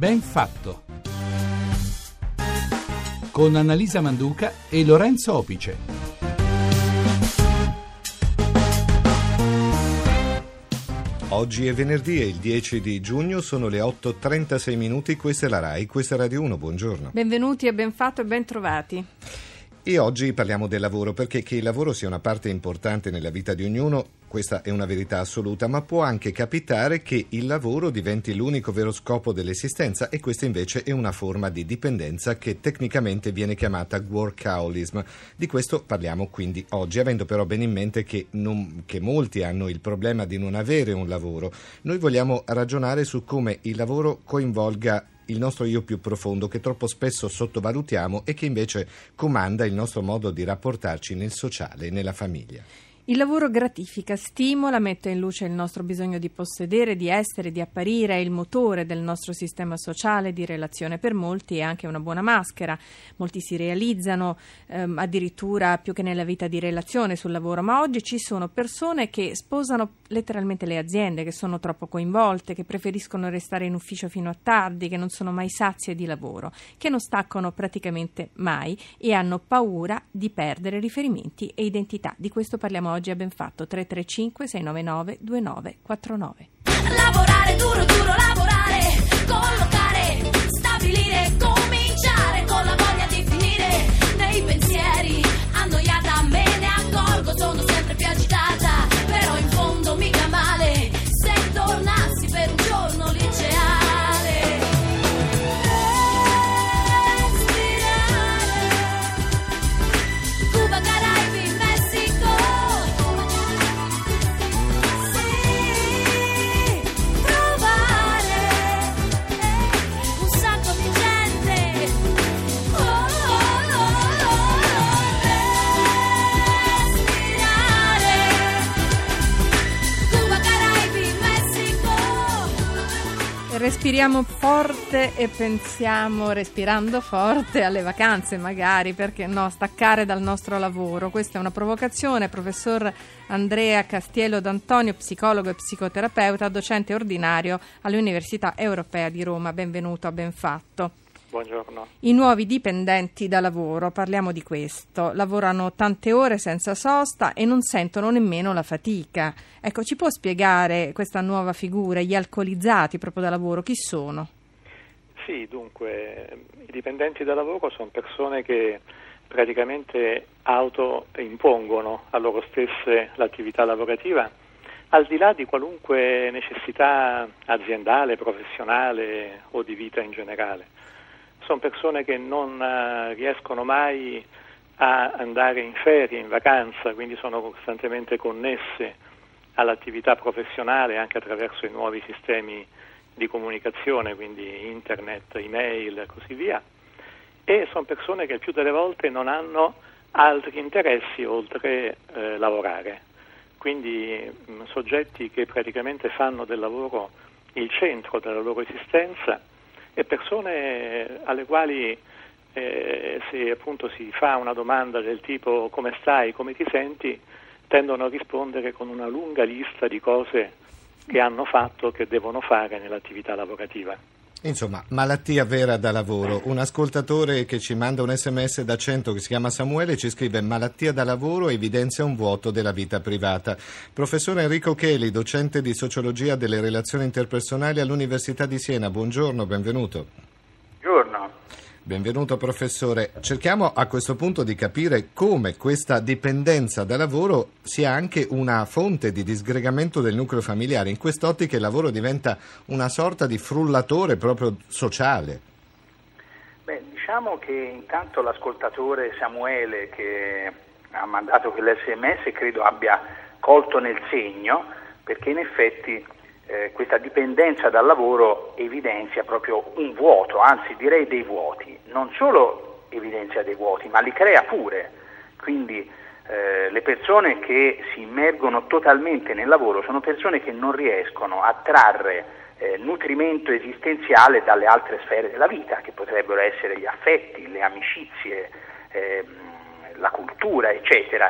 Ben fatto. Con Annalisa Manduca e Lorenzo Opice. Oggi è venerdì e il 10 di giugno, sono le 8:36 minuti, questa è la RAI, questa è Radio 1, buongiorno. Benvenuti e ben fatto e ben trovati. E oggi parliamo del lavoro, perché che il lavoro sia una parte importante nella vita di ognuno, questa è una verità assoluta, ma può anche capitare che il lavoro diventi l'unico vero scopo dell'esistenza e questa invece è una forma di dipendenza che tecnicamente viene chiamata workaholism. Di questo parliamo quindi oggi, avendo però ben in mente che molti hanno il problema di non avere un lavoro. Noi vogliamo ragionare su come il lavoro coinvolga il nostro io più profondo, che troppo spesso sottovalutiamo e che invece comanda il nostro modo di rapportarci nel sociale e nella famiglia. Il lavoro gratifica, stimola, mette in luce il nostro bisogno di possedere, di essere, di apparire, è il motore del nostro sistema sociale di relazione. Per molti è anche una buona maschera, molti si realizzano addirittura più che nella vita di relazione sul lavoro, ma oggi ci sono persone che sposano letteralmente le aziende, che sono troppo coinvolte, che preferiscono restare in ufficio fino a tardi, che non sono mai sazie di lavoro, che non staccano praticamente mai e hanno paura di perdere riferimenti e identità. Di questo parliamo oggi a Ben Fatto. 335 699 2949. Lavorare duro, duro lavorare, collocare, stabilire, cominciare con la voglia di finire nei pensieri, annoiata me ne accorgo, sono sempre più agitata, però in fondo mica male, se tornassi per un giorno liceale. Cuba, Caraibi, Messico, respiriamo forte e pensiamo, respirando forte, alle vacanze magari, perché no, staccare dal nostro lavoro. Questa è una provocazione. Professor Andrea Castiello D'Antonio, psicologo e psicoterapeuta, docente ordinario all'Università Europea di Roma. Benvenuto a Ben Fatto. Buongiorno. I nuovi dipendenti da lavoro, parliamo di questo, lavorano tante ore senza sosta e non sentono nemmeno la fatica. Ecco, ci può spiegare questa nuova figura, gli alcolizzati proprio da lavoro, chi sono? Sì, dunque, i dipendenti da lavoro sono persone che praticamente autoimpongono a loro stesse l'attività lavorativa, al di là di qualunque necessità aziendale, professionale o di vita in generale. Sono persone che non riescono mai a andare in ferie, in vacanza, quindi sono costantemente connesse all'attività professionale anche attraverso i nuovi sistemi di comunicazione, quindi internet, email e così via. E sono persone che il più delle volte non hanno altri interessi oltre lavorare. Quindi soggetti che praticamente fanno del lavoro il centro della loro esistenza e persone alle quali se appunto si fa una domanda del tipo come stai, come ti senti, tendono a rispondere con una lunga lista di cose che hanno fatto, che devono fare nell'attività lavorativa. Insomma, malattia vera da lavoro. Un ascoltatore che ci manda un SMS da 100 che si chiama Samuele ci scrive: malattia da lavoro evidenzia un vuoto della vita privata. Professore Enrico Cheli, docente di sociologia delle relazioni interpersonali all'Università di Siena, buongiorno, benvenuto. Buongiorno. Benvenuto professore. Cerchiamo a questo punto di capire come questa dipendenza da lavoro sia anche una fonte di disgregamento del nucleo familiare. In quest'ottica il lavoro diventa una sorta di frullatore proprio sociale. Beh, diciamo che intanto l'ascoltatore Samuele che ha mandato quell'SMS credo abbia colto nel segno, perché in effetti questa dipendenza dal lavoro evidenzia proprio un vuoto, anzi direi dei vuoti. Non solo evidenzia dei vuoti, ma li crea pure. Quindi le persone che si immergono totalmente nel lavoro sono persone che non riescono a trarre nutrimento esistenziale dalle altre sfere della vita, che potrebbero essere gli affetti, le amicizie, la cultura, eccetera.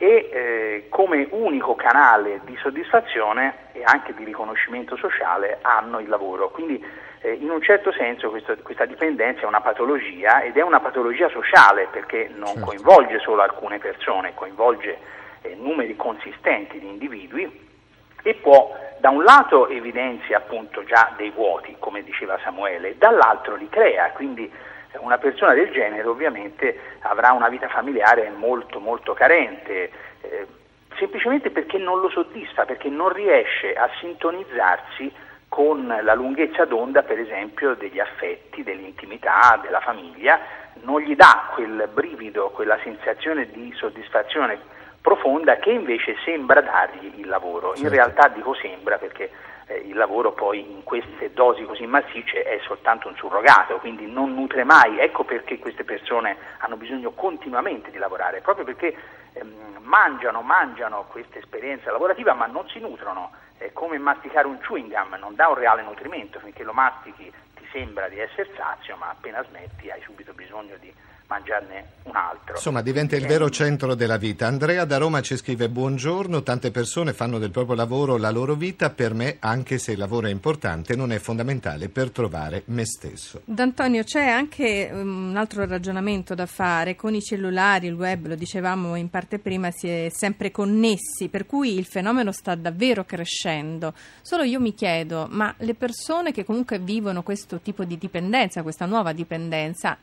e come unico canale di soddisfazione e anche di riconoscimento sociale hanno il lavoro. Quindi in un certo senso questa dipendenza è una patologia, ed è una patologia sociale, perché non coinvolge solo alcune persone, coinvolge numeri consistenti di individui, e può, da un lato evidenzia appunto già dei vuoti, come diceva Samuele, dall'altro li crea. Quindi una persona del genere ovviamente avrà una vita familiare molto molto carente, semplicemente perché non lo soddisfa, perché non riesce a sintonizzarsi con la lunghezza d'onda, per esempio, degli affetti, dell'intimità, della famiglia. Non gli dà quel brivido, quella sensazione di soddisfazione profonda che invece sembra dargli il lavoro. In realtà dico sembra, perché il lavoro poi in queste dosi così massicce è soltanto un surrogato, quindi non nutre mai. Ecco perché queste persone hanno bisogno continuamente di lavorare, proprio perché mangiano questa esperienza lavorativa ma non si nutrono. È come masticare un chewing gum, non dà un reale nutrimento. Finché lo mastichi ti sembra di essere sazio, ma appena smetti hai subito bisogno di mangiarne un altro. Insomma, diventa il vero centro della vita. Andrea da Roma ci scrive: buongiorno, tante persone fanno del proprio lavoro la loro vita. Per me, anche se il lavoro è importante, non è fondamentale per trovare me stesso. D'Antonio, c'è anche un altro ragionamento da fare. Con i cellulari, il web, lo dicevamo in parte prima, si è sempre connessi, per cui il fenomeno sta davvero crescendo. Solo io mi chiedo, ma le persone che comunque vivono questo tipo di dipendenza, questa nuova dipendenza,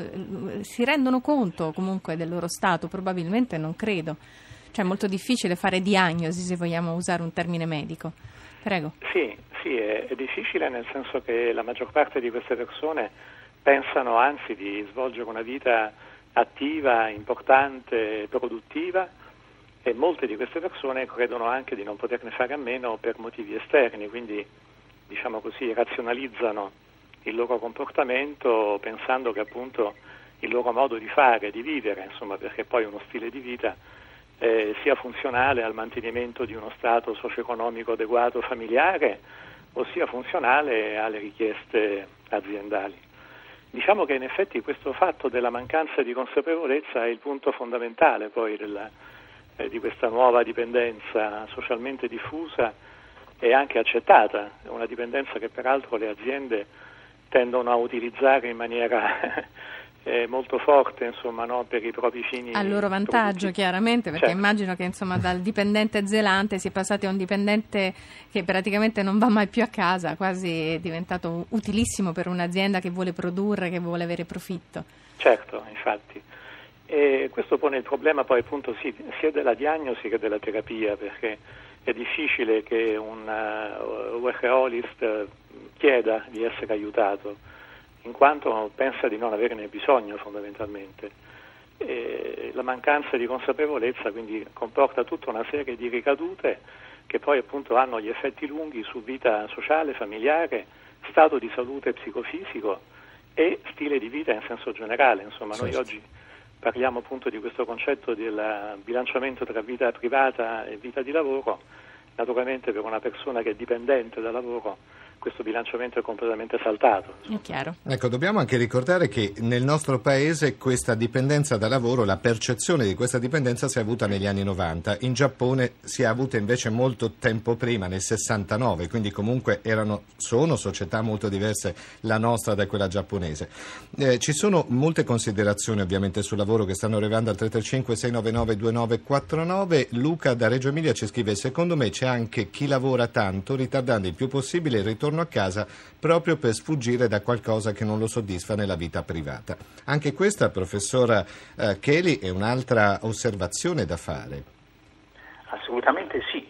si rendono conto comunque del loro stato? Probabilmente non credo. Cioè è molto difficile fare diagnosi, se vogliamo usare un termine medico. Prego. Sì, è difficile, nel senso che la maggior parte di queste persone pensano anzi di svolgere una vita attiva, importante, produttiva, e molte di queste persone credono anche di non poterne fare a meno per motivi esterni, quindi diciamo così razionalizzano il loro comportamento pensando che appunto il loro modo di fare, di vivere, insomma, perché poi uno stile di vita sia funzionale al mantenimento di uno stato socio-economico adeguato familiare, o sia funzionale alle richieste aziendali. Diciamo che in effetti questo fatto della mancanza di consapevolezza è il punto fondamentale poi di questa nuova dipendenza socialmente diffusa e anche accettata, una dipendenza che peraltro le aziende tendono a utilizzare in maniera molto forte, insomma, no, per i propri fini a loro vantaggio, chiaramente, perché immagino che insomma dal dipendente zelante si è passati a un dipendente che praticamente non va mai più a casa, quasi è diventato utilissimo per un'azienda che vuole produrre, che vuole avere profitto. Certo, infatti. E questo pone il problema poi appunto sia della diagnosi che della terapia, perché è difficile che un workaholist chieda di essere aiutato, in quanto pensa di non averne bisogno fondamentalmente. La mancanza di consapevolezza quindi comporta tutta una serie di ricadute che poi appunto hanno gli effetti lunghi su vita sociale, familiare, stato di salute psicofisico e stile di vita in senso generale. Insomma, noi oggi parliamo appunto di questo concetto del bilanciamento tra vita privata e vita di lavoro. Naturalmente per una persona che è dipendente dal lavoro questo bilanciamento è completamente saltato. È chiaro. Ecco, dobbiamo anche ricordare che nel nostro paese questa dipendenza da lavoro, la percezione di questa dipendenza si è avuta negli anni 90. In Giappone si è avuta invece molto tempo prima, nel 69, quindi comunque sono società molto diverse la nostra da quella giapponese. Ci sono molte considerazioni ovviamente sul lavoro che stanno arrivando al 335-699-2949. Luca da Reggio Emilia ci scrive: secondo me c'è anche chi lavora tanto ritardando il più possibile il ritorno a casa proprio per sfuggire da qualcosa che non lo soddisfa nella vita privata. Anche questa, professora Cheli, è un'altra osservazione da fare. Assolutamente sì.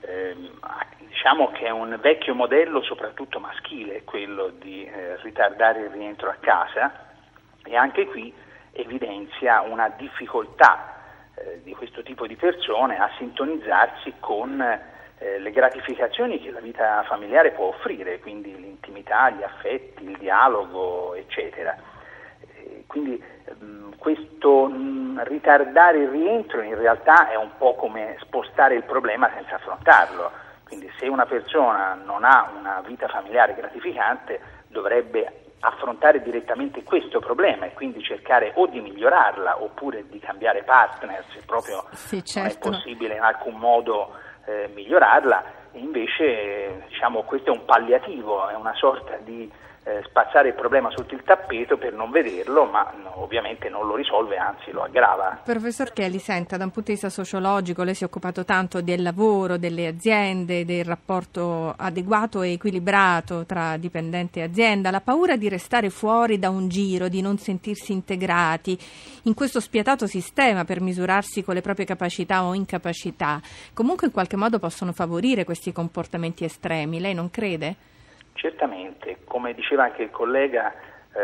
Diciamo che è un vecchio modello, soprattutto maschile, quello di ritardare il rientro a casa, e anche qui evidenzia una difficoltà di questo tipo di persone a sintonizzarsi con le gratificazioni che la vita familiare può offrire, quindi l'intimità, gli affetti, il dialogo, eccetera. Quindi questo ritardare il rientro in realtà è un po' come spostare il problema senza affrontarlo. Quindi se una persona non ha una vita familiare gratificante dovrebbe affrontare direttamente questo problema e quindi cercare o di migliorarla oppure di cambiare partner se proprio non è possibile in alcun modo migliorarla. E invece questo è un palliativo, è una sorta di spazzare il problema sotto il tappeto per non vederlo, ma ovviamente non lo risolve, anzi lo aggrava. Professor Cheli, senta, da un punto di vista sociologico, lei si è occupato tanto del lavoro, delle aziende, del rapporto adeguato e equilibrato tra dipendente e azienda, la paura di restare fuori da un giro, di non sentirsi integrati in questo spietato sistema per misurarsi con le proprie capacità o incapacità, comunque in qualche modo possono favorire questi comportamenti estremi, lei non crede? Certamente, come diceva anche il collega,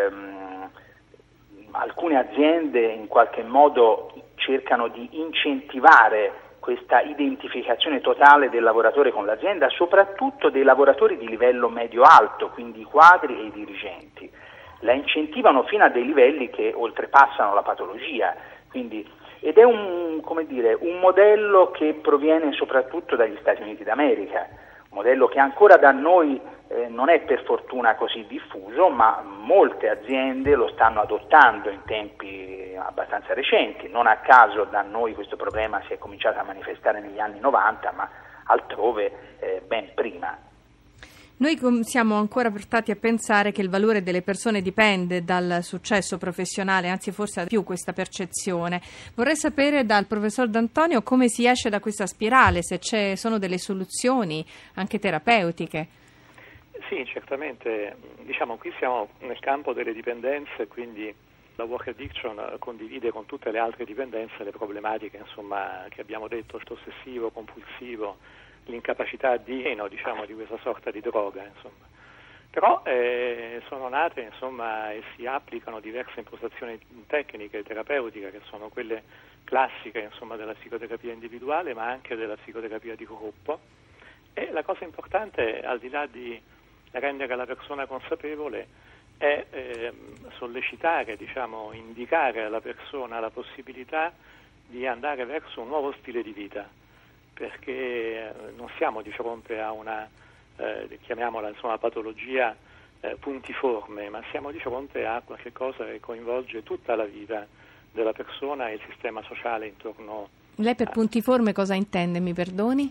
alcune aziende in qualche modo cercano di incentivare questa identificazione totale del lavoratore con l'azienda, soprattutto dei lavoratori di livello medio-alto, quindi i quadri e i dirigenti. La incentivano fino a dei livelli che oltrepassano la patologia, ed è un modello che proviene soprattutto dagli Stati Uniti d'America, un modello che ancora da noi non è per fortuna così diffuso, ma molte aziende lo stanno adottando in tempi abbastanza recenti. Non a caso da noi questo problema si è cominciato a manifestare negli anni 90, ma altrove ben prima. Noi siamo ancora portati a pensare che il valore delle persone dipende dal successo professionale, anzi forse ha più questa percezione. Vorrei sapere dal professor D'Antonio come si esce da questa spirale, se sono delle soluzioni anche terapeutiche. Sì, certamente. Qui siamo nel campo delle dipendenze, quindi la work addiction condivide con tutte le altre dipendenze le problematiche che abbiamo detto, ossessivo, compulsivo, l'incapacità di questa sorta di droga, Però sono nate e si applicano diverse impostazioni tecniche, terapeutiche, che sono quelle classiche della psicoterapia individuale, ma anche della psicoterapia di gruppo. E la cosa importante, al di là di rendere la persona consapevole, è sollecitare, indicare alla persona la possibilità di andare verso un nuovo stile di vita, perché non siamo di fronte a una, chiamiamola patologia puntiforme, ma siamo di fronte a qualche cosa che coinvolge tutta la vita della persona e il sistema sociale intorno. Lei per puntiforme cosa intende, mi perdoni?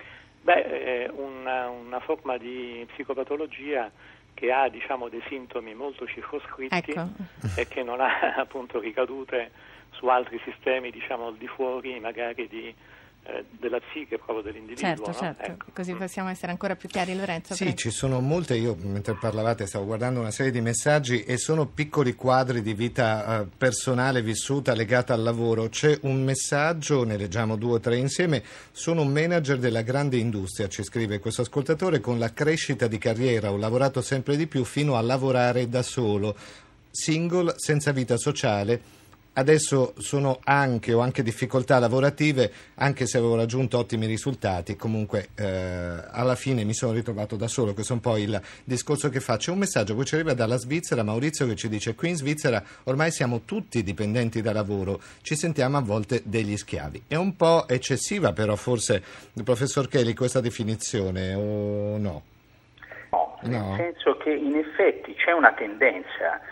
Una forma di psicopatologia che ha dei sintomi molto circoscritti, ecco, e che non ha appunto ricadute su altri sistemi al di fuori magari della psiche proprio dell'individuo. Certo. Ecco. Così possiamo essere ancora più chiari, Lorenzo. Sì, ci sono molte, io mentre parlavate stavo guardando una serie di messaggi e sono piccoli quadri di vita personale vissuta legata al lavoro. C'è un messaggio, ne leggiamo 2 o 3 insieme: sono un manager della grande industria, ci scrive questo ascoltatore, con la crescita di carriera ho lavorato sempre di più fino a lavorare da solo, single, senza vita sociale. Adesso ho anche difficoltà lavorative, anche se avevo raggiunto ottimi risultati, comunque alla fine mi sono ritrovato da solo. Questo è un po' il discorso che faccio. Un messaggio poi ci arriva dalla Svizzera, Maurizio, che ci dice: qui in Svizzera ormai siamo tutti dipendenti da lavoro, ci sentiamo a volte degli schiavi. È un po' eccessiva però forse, il professor Cheli, questa definizione, o no? Nel senso che in effetti c'è una tendenza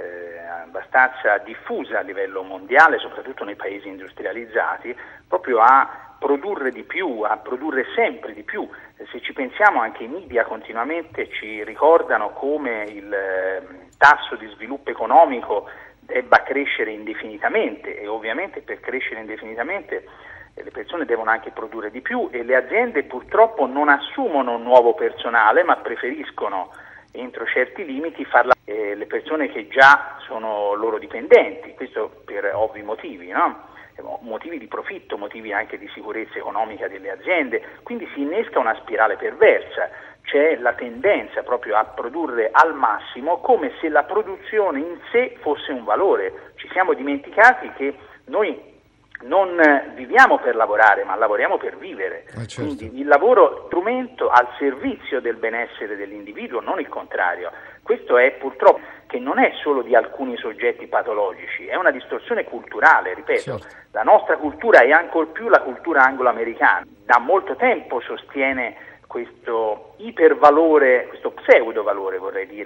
abbastanza diffusa a livello mondiale, soprattutto nei paesi industrializzati, proprio a produrre di più, a produrre sempre di più. Se ci pensiamo, anche i media continuamente ci ricordano come il tasso di sviluppo economico debba crescere indefinitamente, e ovviamente per crescere indefinitamente le persone devono anche produrre di più, e le aziende purtroppo non assumono nuovo personale, ma preferiscono entro certi limiti farla le persone che già sono loro dipendenti, questo per ovvi motivi, motivi di profitto, motivi anche di sicurezza economica delle aziende, quindi si innesca una spirale perversa. C'è la tendenza proprio a produrre al massimo, come se la produzione in sé fosse un valore. Ci siamo dimenticati che noi non viviamo per lavorare, ma lavoriamo per vivere. Certo. Quindi il lavoro è strumento al servizio del benessere dell'individuo, non il contrario. Questo è purtroppo che non è solo di alcuni soggetti patologici, è una distorsione culturale, ripeto. Certo. La nostra cultura, e ancor più la cultura anglo-americana, da molto tempo sostiene questo ipervalore, questo pseudovalore, vorrei dire,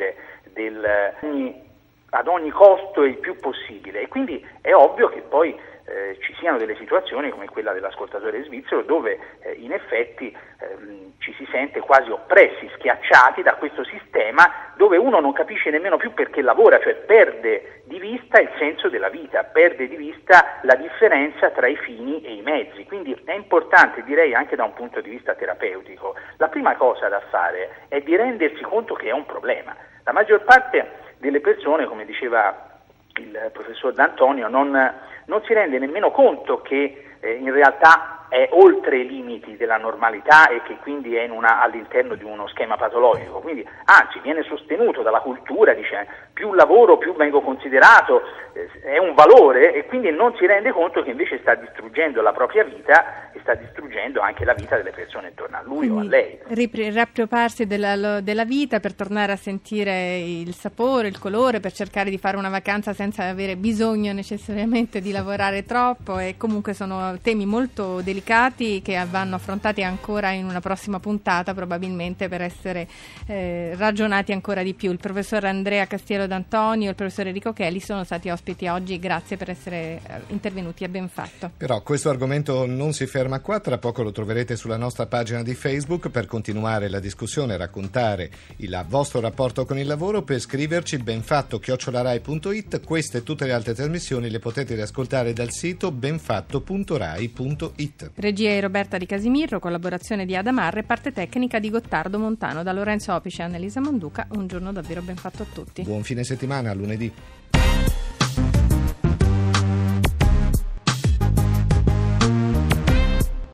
ad ogni costo il più possibile, e quindi è ovvio che poi ci siano delle situazioni come quella dell'ascoltatore svizzero dove in effetti ci si sente quasi oppressi, schiacciati da questo sistema dove uno non capisce nemmeno più perché lavora, cioè perde di vista il senso della vita, perde di vista la differenza tra i fini e i mezzi. Quindi è importante, direi anche da un punto di vista terapeutico, la prima cosa da fare è di rendersi conto che è un problema. La maggior parte delle persone, come diceva il professor D'Antonio, non si rende nemmeno conto che in realtà è oltre i limiti della normalità e che quindi è all'interno di uno schema patologico. Quindi anzi viene sostenuto dalla cultura, dice più lavoro più vengo considerato, è un valore, e quindi non si rende conto che invece sta distruggendo la propria vita e sta distruggendo anche la vita delle persone intorno a lui o a lei. Riappropriarsi della vita per tornare a sentire il sapore, il colore, per cercare di fare una vacanza senza avere bisogno necessariamente di lavorare troppo, e comunque sono temi molto delicati che vanno affrontati ancora in una prossima puntata probabilmente per essere ragionati ancora di più. Il professor Andrea Castiello D'Antonio e il professor Enrico Cheli sono stati ospiti oggi, grazie per essere intervenuti a Benfatto. Però questo argomento non si ferma qua, tra poco lo troverete sulla nostra pagina di Facebook per continuare la discussione, raccontare il vostro rapporto con il lavoro. Per scriverci benfatto@rai.it. Queste e tutte le altre trasmissioni le potete riascoltare dal sito benfatto.rai.it. Regia di Roberta Di Casimirro, collaborazione di Adamarre, parte tecnica di Gottardo Montano. Da Lorenzo Opice e Annelisa Manduca, un giorno davvero ben fatto a tutti. Buon fine settimana, a lunedì.